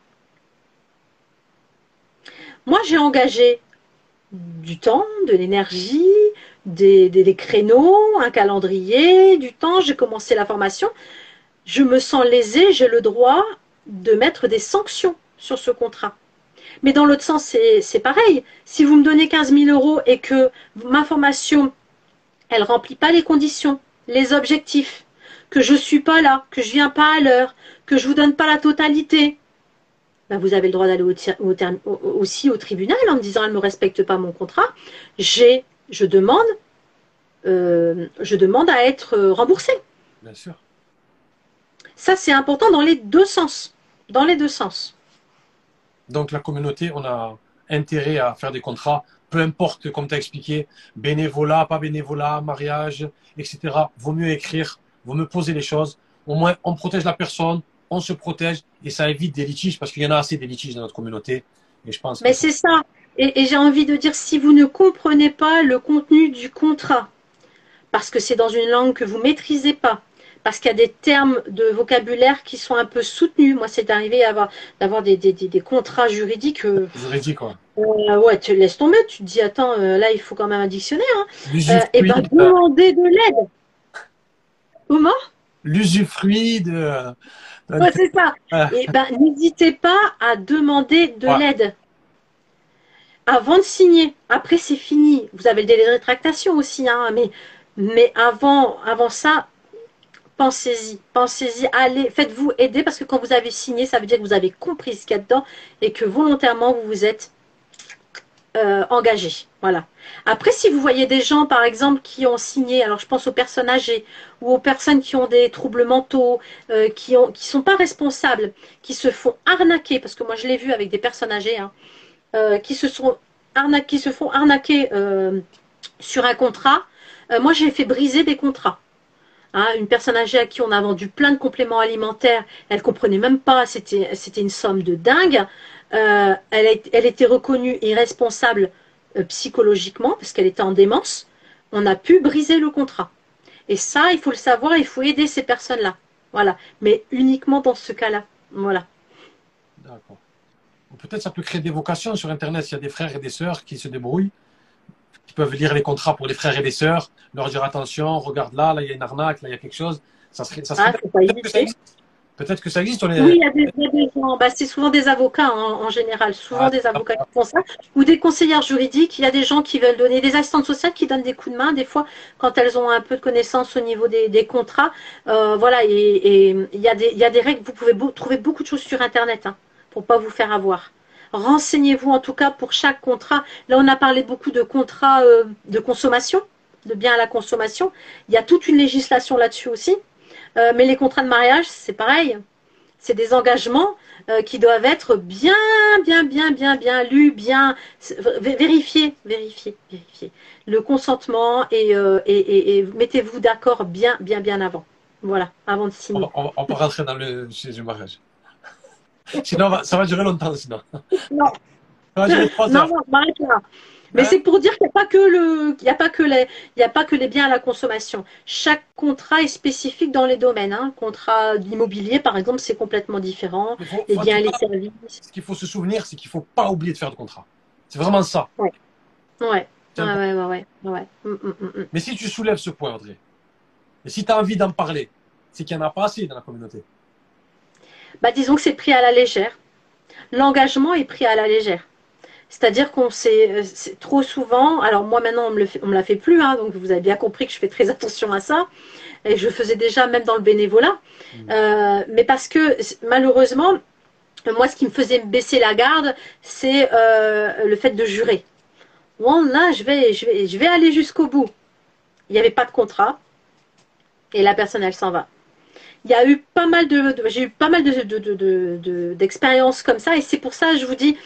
Moi, j'ai engagé du temps, de l'énergie, des créneaux, un calendrier, du temps, j'ai commencé la formation. Je me sens lésée, j'ai le droit de mettre des sanctions sur ce contrat. Mais dans l'autre sens, c'est pareil. Si vous me donnez 15 000 euros et que ma formation, elle ne remplit pas les conditions, les objectifs, que je ne suis pas là, que je ne viens pas à l'heure, que je ne vous donne pas la totalité, ben vous avez le droit d'aller aussi au tribunal en me disant elle ne me respecte pas mon contrat. Je demande à être remboursée. Bien sûr. Ça, c'est important dans les deux sens. Dans les deux sens. Donc, la communauté, on a intérêt à faire des contrats, peu importe, comme tu as expliqué, bénévolat, pas bénévolat, mariage, etc. Vaut mieux écrire, vaut mieux poser les choses. Au moins, on protège la personne, on se protège et ça évite des litiges parce qu'il y en a assez des litiges dans notre communauté. Et je pense mais c'est ça. Et j'ai envie de dire, si vous ne comprenez pas le contenu du contrat, parce que c'est dans une langue que vous ne maîtrisez pas, parce qu'il y a des termes de vocabulaire qui sont un peu soutenus. Moi, c'est arrivé d'avoir des contrats juridiques. Juridique, quoi. Ouais, tu laisses tomber. Tu te dis, attends, là, il faut quand même un dictionnaire. Et ben, demandez de l'aide. Comment? L'usufruit de... Ouais, c'est ça. Et ben, n'hésitez pas à demander de l'aide avant de signer. Après, c'est fini. Vous avez le délai de rétractation aussi, hein, mais avant ça, pensez-y, allez, faites-vous aider parce que quand vous avez signé, ça veut dire que vous avez compris ce qu'il y a dedans et que volontairement, vous vous êtes engagé. Voilà. Après, si vous voyez des gens, par exemple, qui ont signé, alors je pense aux personnes âgées ou aux personnes qui ont des troubles mentaux, qui sont pas responsables, qui se font arnaquer, parce que moi je l'ai vu avec des personnes âgées, hein, qui se font arnaquer sur un contrat. Moi, j'ai fait briser des contrats. Hein, une personne âgée à qui on a vendu plein de compléments alimentaires, elle comprenait même pas, c'était une somme de dingue. Elle était reconnue irresponsable psychologiquement parce qu'elle était en démence. On a pu briser le contrat. Et ça, il faut le savoir, il faut aider ces personnes-là. Voilà. Mais uniquement dans ce cas-là. Voilà. D'accord. Peut-être ça peut créer des vocations sur Internet. Il y a des frères et des sœurs qui se débrouillent, qui peuvent lire les contrats pour les frères et les sœurs, leur dire attention, regarde là, il y a une arnaque, là, il y a quelque chose. Ça serait peut-être que ça existe. Oui, il y a des gens, bah, c'est souvent des avocats en général, souvent des avocats qui font ça, ou des conseillères juridiques. Il y a des gens qui veulent donner, des assistantes sociales qui donnent des coups de main, des fois, quand elles ont un peu de connaissances au niveau des contrats. Voilà, et il y a des règles, vous pouvez trouver beaucoup de choses sur Internet pour ne pas vous faire avoir. Renseignez-vous en tout cas pour chaque contrat. Là, on a parlé beaucoup de contrats de consommation, de biens à la consommation. Il y a toute une législation là-dessus aussi. Mais les contrats de mariage, c'est pareil. C'est des engagements qui doivent être bien lus, bien vérifiés. Le consentement et mettez-vous d'accord bien avant. Voilà, avant de signer. On peut rentrer dans le sujet du mariage. Sinon, ça va durer longtemps, sinon. Non. Ça va durer 3 heures. Non, m'arrête là. Mais c'est pour dire qu'il n'y a pas que il y a pas que les biens à la consommation. Chaque contrat est spécifique dans les domaines. Hein. Contrat d'immobilier, par exemple, c'est complètement différent. Les biens et les services. Ce qu'il faut se souvenir, c'est qu'il ne faut pas oublier de faire de contrat. C'est vraiment ça. Ouais. Ouais. Mais si tu soulèves ce point, Audrey, et si tu as envie d'en parler, c'est qu'il n'y en a pas assez dans la communauté. Bah, disons que c'est pris à la légère. L'engagement est pris à la légère. C'est-à-dire qu'on sait trop souvent, alors moi maintenant on me la fait plus, hein, donc vous avez bien compris que je fais très attention à ça, et je faisais déjà même dans le bénévolat, mais parce que malheureusement, moi ce qui me faisait baisser la garde, c'est le fait de jurer. Bon là je vais aller jusqu'au bout. Il n'y avait pas de contrat, et la personne elle s'en va. Il y a eu pas mal j'ai eu pas mal d'expériences comme ça, et c'est pour ça que je vous dis,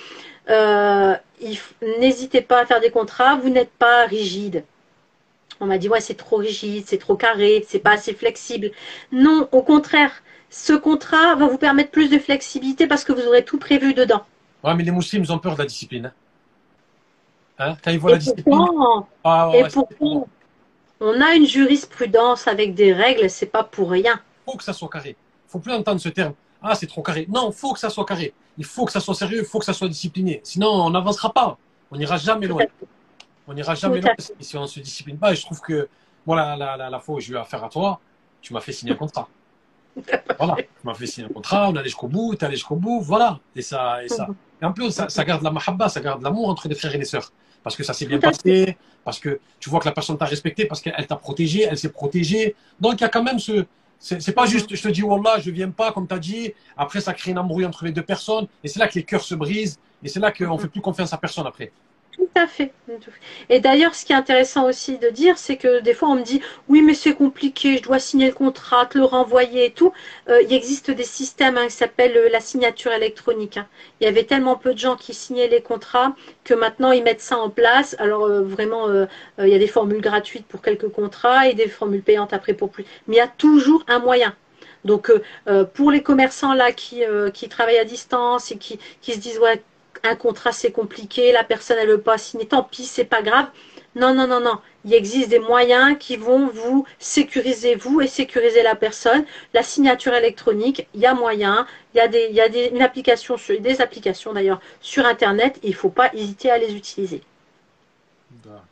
n'hésitez pas à faire des contrats, vous n'êtes pas rigide. On m'a dit, ouais, c'est trop rigide, c'est trop carré, c'est pas assez flexible. Non, au contraire, ce contrat va vous permettre plus de flexibilité parce que vous aurez tout prévu dedans. Ouais, mais les musulmans ont peur de la discipline. Hein? Quand ils voient la discipline. Pourtant, on a une jurisprudence avec des règles, c'est pas pour rien. Il faut que ça soit carré. Il ne faut plus entendre ce terme. Ah, c'est trop carré. Non, il faut que ça soit carré. Il faut que ça soit sérieux, il faut que ça soit discipliné. Sinon, on n'avancera pas. On n'ira jamais loin. On n'ira jamais loin si on ne se discipline pas. Et je trouve que, voilà, la fois où j'ai eu affaire à toi, tu m'as fait signer un contrat. Voilà, tu m'as fait signer un contrat, on allait jusqu'au bout, tu es allé jusqu'au bout, voilà. Et en plus, ça garde la mahabba, ça garde l'amour entre les frères et les sœurs. Parce que ça s'est bien passé, parce que tu vois que la personne t'a respecté, parce qu'elle t'a protégé, elle s'est protégée. Donc, il y a quand même ce. C'est pas juste, je te dis, Wallah, je viens pas, comme tu as dit. Après, ça crée une embrouille entre les deux personnes. Et c'est là que les cœurs se brisent. Et c'est là qu'on fait plus confiance à personne après. Tout à fait. Et d'ailleurs, ce qui est intéressant aussi de dire, c'est que des fois, on me dit, oui, mais c'est compliqué, je dois signer le contrat, te le renvoyer et tout. Il existe des systèmes qui s'appellent la signature électronique. Hein. Il y avait tellement peu de gens qui signaient les contrats que maintenant, ils mettent ça en place. Alors, vraiment, il y a des formules gratuites pour quelques contrats et des formules payantes après pour plus. Mais il y a toujours un moyen. Donc, pour les commerçants là qui travaillent à distance et qui se disent, ouais, un contrat c'est compliqué, la personne elle veut pas signer, tant pis, c'est pas grave. Non, non, non, non. Il existe des moyens qui vont vous sécuriser vous et sécuriser la personne. La signature électronique, il y a moyen. Il y a des applications d'ailleurs sur Internet et il ne faut pas hésiter à les utiliser. D'accord.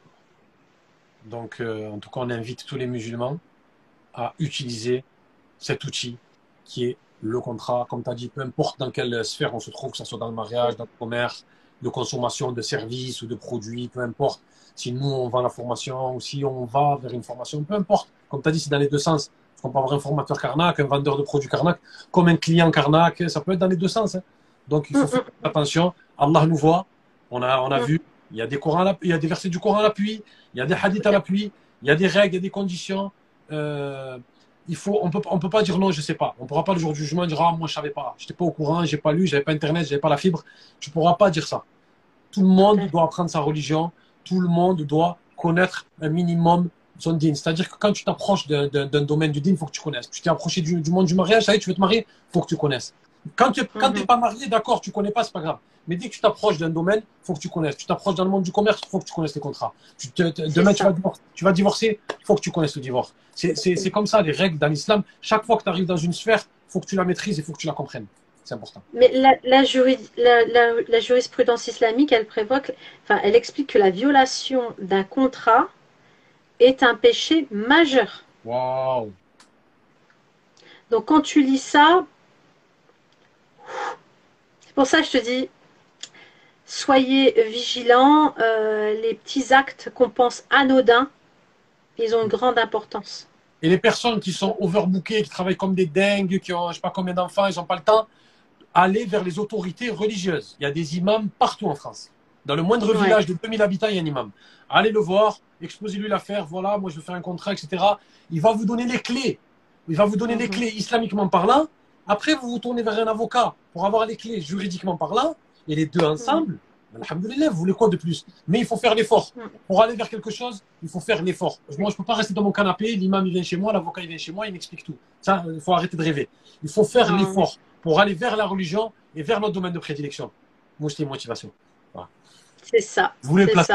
Donc, en tout cas, on invite tous les musulmans à utiliser cet outil qui est le contrat, comme tu as dit, peu importe dans quelle sphère on se trouve, que ce soit dans le mariage, dans le commerce, de consommation de services ou de produits, peu importe. Si nous, on vend la formation ou si on va vers une formation, peu importe. Comme tu as dit, c'est dans les deux sens. On peut avoir un formateur Karnak, un vendeur de produits Karnak, comme un client Karnak, ça peut être dans les deux sens. Hein. Donc, il faut faire attention. Allah nous voit. On a vu, il y a des versets du Coran à l'appui, il y a des hadiths à l'appui, il y a des règles, il y a des conditions. On peut pas dire non, je sais pas. On pourra pas le jour du jugement dire ah moi je savais pas, j'étais pas au courant, j'ai pas lu, j'avais pas internet, j'avais pas la fibre. Tu pourras pas dire ça. Tout le monde doit apprendre sa religion, tout le monde doit connaître un minimum son dîn. C'est-à-dire que quand tu t'approches d'un domaine du dîn, il faut que tu connaisses. Tu t'es approché du monde du mariage, ça y est, tu veux te marier, il faut que tu connaisses. Quand tu n'es pas marié, d'accord, tu connais pas, c'est pas grave. Mais dès que tu t'approches d'un domaine, il faut que tu connaisses. Tu t'approches dans le monde du commerce, il faut que tu connaisses les contrats. Demain, tu vas divorcer, il faut que tu connaisses le divorce. C'est comme ça, les règles dans l'islam. Chaque fois que tu arrives dans une sphère, il faut que tu la maîtrises et il faut que tu la comprennes. C'est important. Mais la jurisprudence islamique, elle prévoit elle explique que la violation d'un contrat est un péché majeur. Waouh! Donc quand tu lis ça, c'est pour ça que je te dis, soyez vigilants, les petits actes qu'on pense anodins, ils ont une grande importance. Et les personnes qui sont overbookées, qui travaillent comme des dingues, qui ont je sais pas combien d'enfants, ils n'ont pas le temps, allez vers les autorités religieuses. Il y a des imams partout en France. Dans le moindre village de 2000 habitants, il y a un imam. Allez le voir, exposez-lui l'affaire, voilà, moi je veux faire un contrat, etc. Il va vous donner les clés. Il va vous donner les clés islamiquement parlant. Après, vous vous tournez vers un avocat pour avoir les clés juridiquement parlant. Et les deux ensemble, alhamdoulilah, vous voulez quoi de plus? Mais il faut faire l'effort. Pour aller vers quelque chose, il faut faire l'effort. Moi, je ne peux pas rester dans mon canapé, l'imam il vient chez moi, l'avocat il vient chez moi, il m'explique tout. Ça, il faut arrêter de rêver. Il faut faire l'effort pour aller vers la religion et vers notre domaine de prédilection. Mousseline motivation. Voilà. C'est ça. Vous voulez le placer.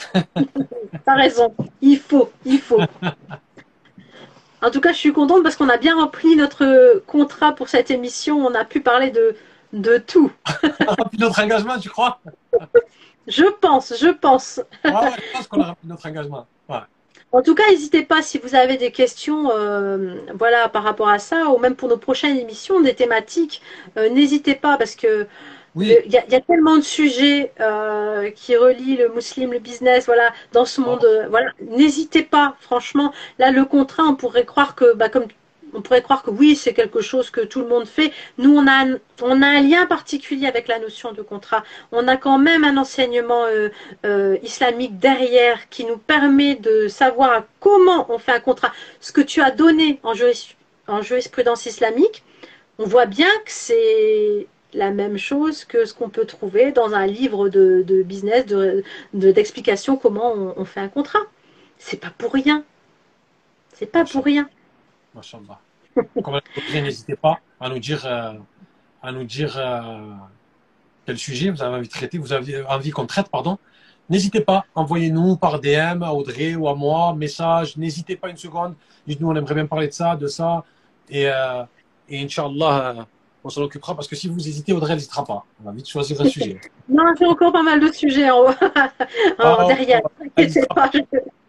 T'as raison, il faut, il faut. En tout cas, je suis contente parce qu'on a bien rempli notre contrat pour cette émission. On a pu parler de tout. On a rempli notre engagement, tu crois? Je pense, je pense. Ouais, ouais, je pense qu'on a rempli notre engagement. Ouais. En tout cas, n'hésitez pas si vous avez des questions voilà, par rapport à ça, ou même pour nos prochaines émissions, des thématiques, n'hésitez pas parce que Oui. y a tellement de sujets qui relient le musulman, le business, voilà, dans ce monde. Voilà, n'hésitez pas, franchement. Là, le contrat, on pourrait croire que, bah, comme on pourrait croire que oui, c'est quelque chose que tout le monde fait. Nous, on a un lien particulier avec la notion de contrat. On a quand même un enseignement islamique derrière qui nous permet de savoir comment on fait un contrat. Ce que tu as donné en jurisprudence islamique, on voit bien que c'est la même chose que ce qu'on peut trouver dans un livre de business, d'explication comment on fait un contrat. C'est pas pour rien. C'est pas pour Machallah. rien. Machallah. Comme elle a dit, n'hésitez pas à nous dire quel sujet vous avez envie de traiter, vous avez envie qu'on traite, pardon. N'hésitez pas, envoyez-nous par DM à Audrey ou à moi, message, n'hésitez pas une seconde. Dites-nous, on aimerait bien parler de ça, de ça. Et, euh, et Inch'Allah, on s'en occupera parce que si vous hésitez, Audrey n'hésitera pas. On va vite choisir un sujet. Non, j'ai encore pas mal de sujets Oh, derrière. elle T'inquiète n'hésitera pas. pas.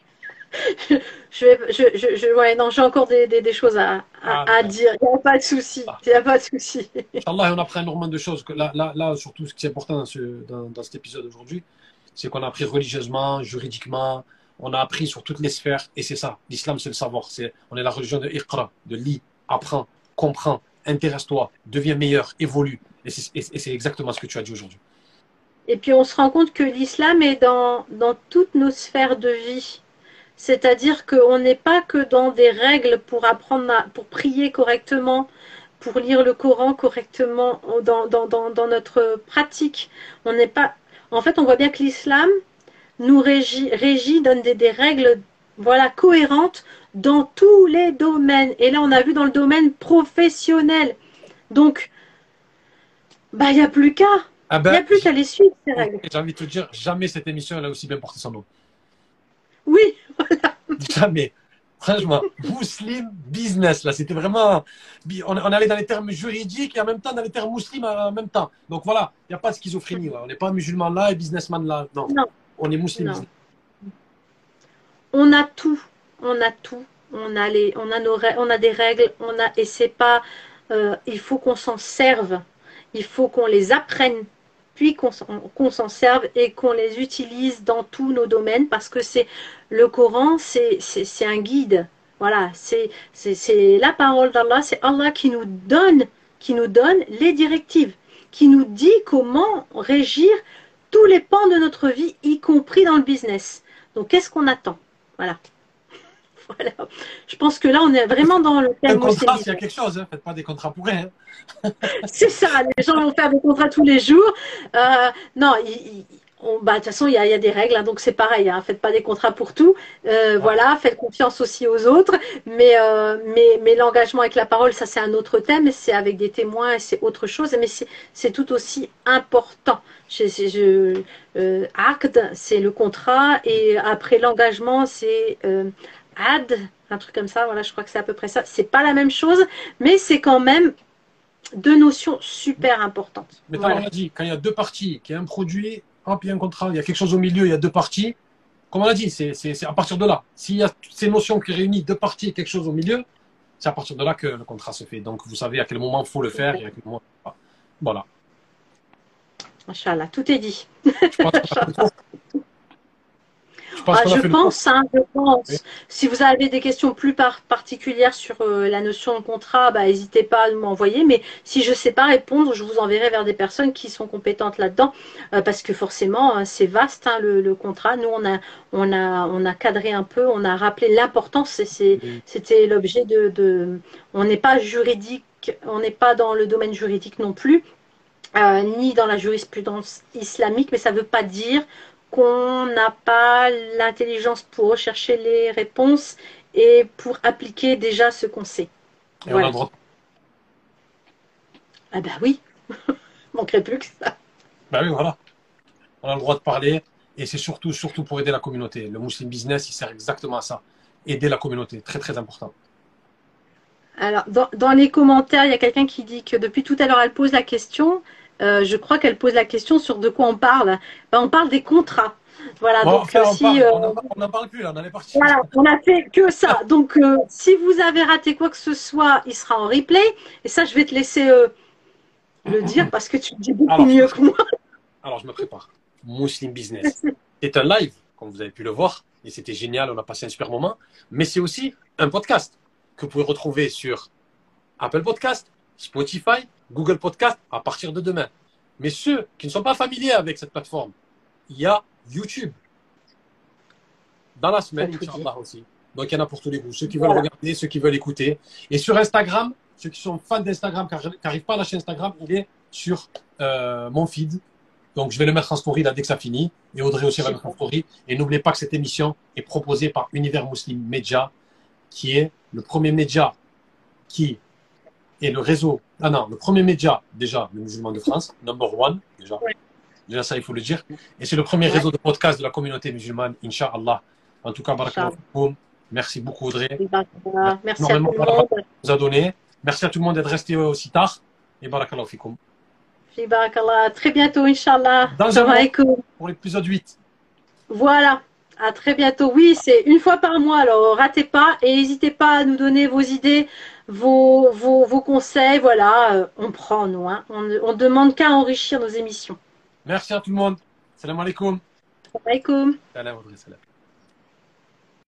Ouais, non, j'ai encore des choses Ah, à ben, dire. Il n'y a pas de souci. Il n'y a pas de souci. Inch'Allah, on apprend énormément de choses. Là, surtout, ce qui est important dans cet épisode aujourd'hui, c'est qu'on a appris religieusement, juridiquement, on a appris sur toutes les sphères, et c'est ça. L'islam, c'est le savoir. On est la religion de Iqra, de lis, apprends, comprends, intéresse-toi, deviens meilleur, évolue. Et c'est exactement ce que tu as dit aujourd'hui. Et puis on se rend compte que l'islam est dans toutes nos sphères de vie. C'est-à-dire qu'on n'est pas que dans des règles pour apprendre, pour prier correctement, pour lire le Coran correctement dans notre pratique. On n'est pas. En fait, on voit bien que l'islam nous régit donne des règles voilà, cohérentes dans tous les domaines. Et là, on a vu dans le domaine professionnel. Donc, bah, il n'y a plus qu'à. Ah Il n'y ben, a plus qu'à les suivre, ces règles. j'ai envie de te dire, jamais cette émission, elle a aussi bien porté son nom. Oui, Jamais. Franchement, Muslim business, là, c'était vraiment. On allait dans les termes juridiques et en même temps dans les termes musulmans en même temps. Donc voilà, il n'y a pas de schizophrénie. Là. On n'est pas musulman là et businessman là. Non, non, on est muslim non. business. On a tout. On a tout. On a des règles. Et c'est pas. Il faut qu'on s'en serve. Il faut qu'on les apprenne, puis qu'on s'en serve et qu'on les utilise dans tous nos domaines parce que c'est le Coran, c'est un guide. Voilà, c'est la parole d'Allah, c'est Allah qui nous donne les directives, qui nous dit comment régir tous les pans de notre vie, y compris dans le business. Donc, qu'est-ce qu'on attend? Voilà. Voilà. Je pense que là, on est vraiment dans le Un thème contrat, Muslim. s'il y a quelque chose, hein. Faites pas des contrats pour rien. Hein. C'est ça, les gens vont faire des contrats tous les jours. Non, bah, de toute façon, il y a des règles, hein, donc c'est pareil. Hein, faites pas des contrats pour tout. Ouais. Voilà, faites confiance aussi aux autres. Mais l'engagement avec la parole, ça c'est un autre thème. C'est avec des témoins, c'est autre chose. Mais c'est tout aussi important. Acte, c'est le contrat, et après l'engagement, c'est ad, un truc comme ça. Voilà, je crois que c'est à peu près ça. C'est pas la même chose, mais c'est quand même deux notions super importantes. Mais Voilà. on l'a dit, quand il y a deux parties, qu'il y a un produit, hop, il y a un contrat, il y a quelque chose au milieu, il y a deux parties. Comme on l'a dit, c'est à partir de là. S'il y a ces notions qui réunissent deux parties et quelque chose au milieu, c'est à partir de là que le contrat se fait. Donc vous savez à quel moment il faut le faire et à quel moment. Voilà. Inch'Allah, tout est dit. Je pense qu'on a fait le tour. Je pense, hein, je Oui. pense. Si vous avez des questions plus particulières sur la notion de contrat, bah, n'hésitez pas à m'envoyer. Mais si je ne sais pas répondre, je vous enverrai vers des personnes qui sont compétentes là-dedans. Parce que forcément, c'est vaste, hein, le contrat. Nous, on a cadré un peu, on a rappelé l'importance. C'était l'objet on n'est pas juridique, on n'est pas dans le domaine juridique non plus. Ni dans la jurisprudence islamique, mais ça ne veut pas dire qu'on n'a pas l'intelligence pour rechercher les réponses et pour appliquer déjà ce qu'on sait. Et on a Voilà. le droit. Ah bah oui, manquerait plus que ça. Ben oui, voilà. On a le droit de parler. Et c'est surtout pour aider la communauté. Le Muslim Business, il sert exactement à ça. Aider la communauté, très très important. Alors, dans les commentaires, il y a quelqu'un qui dit que depuis tout à l'heure, elle pose la question. Je crois qu'elle pose la question sur de quoi on parle. Ben, on parle des contrats. Voilà, Bon, donc enfin, si on n'en parle plus, là, on en est parti. voilà, on a fait que ça. Donc si vous avez raté quoi que ce soit, il sera en replay. Et ça, je vais te laisser le dire parce que tu le dis beaucoup mieux que moi. Alors, je me prépare. Muslim Business. C'est un live, comme vous avez pu le voir, et c'était génial, on a passé un super moment. Mais c'est aussi un podcast que vous pouvez retrouver sur Apple Podcast, Spotify, Google Podcast à partir de demain. Mais ceux qui ne sont pas familiers avec cette plateforme, il y a YouTube dans la semaine, Inch'Allah aussi. Donc, il y en a pour tous les goûts. Ceux qui veulent regarder, ceux qui veulent écouter. Et sur Instagram, ceux qui sont fans d'Instagram, qui n'arrivent pas à lâcher Instagram, il est sur mon feed. Donc, je vais le mettre en story là dès que ça finit. Et Audrey aussi va le mettre en story. Et n'oubliez pas que cette émission est proposée par Univers Muslim Media, qui est le premier média qui est le réseau. Ah non, le premier média, déjà, le musulman de France, number one, déjà. Déjà, ça, il faut le dire. Et c'est le premier réseau de podcast de la communauté musulmane, Inch'Allah. En tout cas, barakallahu fikoum. Merci beaucoup, Audrey. Merci à tout le monde. Nous a donné. Merci à tout le monde d'être resté aussi tard. Et barakallahu fikoum. Barakallah. Très bientôt, Inch'Allah. Dans un mois, pour l'épisode 8. Voilà. À très bientôt. Oui, c'est une fois par mois, alors ratez pas et n'hésitez pas à nous donner vos idées, vos conseils. Voilà, on prend, nous. Hein. On ne demande qu'à enrichir nos émissions. Merci à tout le monde. Salam alaikum. Salam alaikum. Salam, Audrey, salam.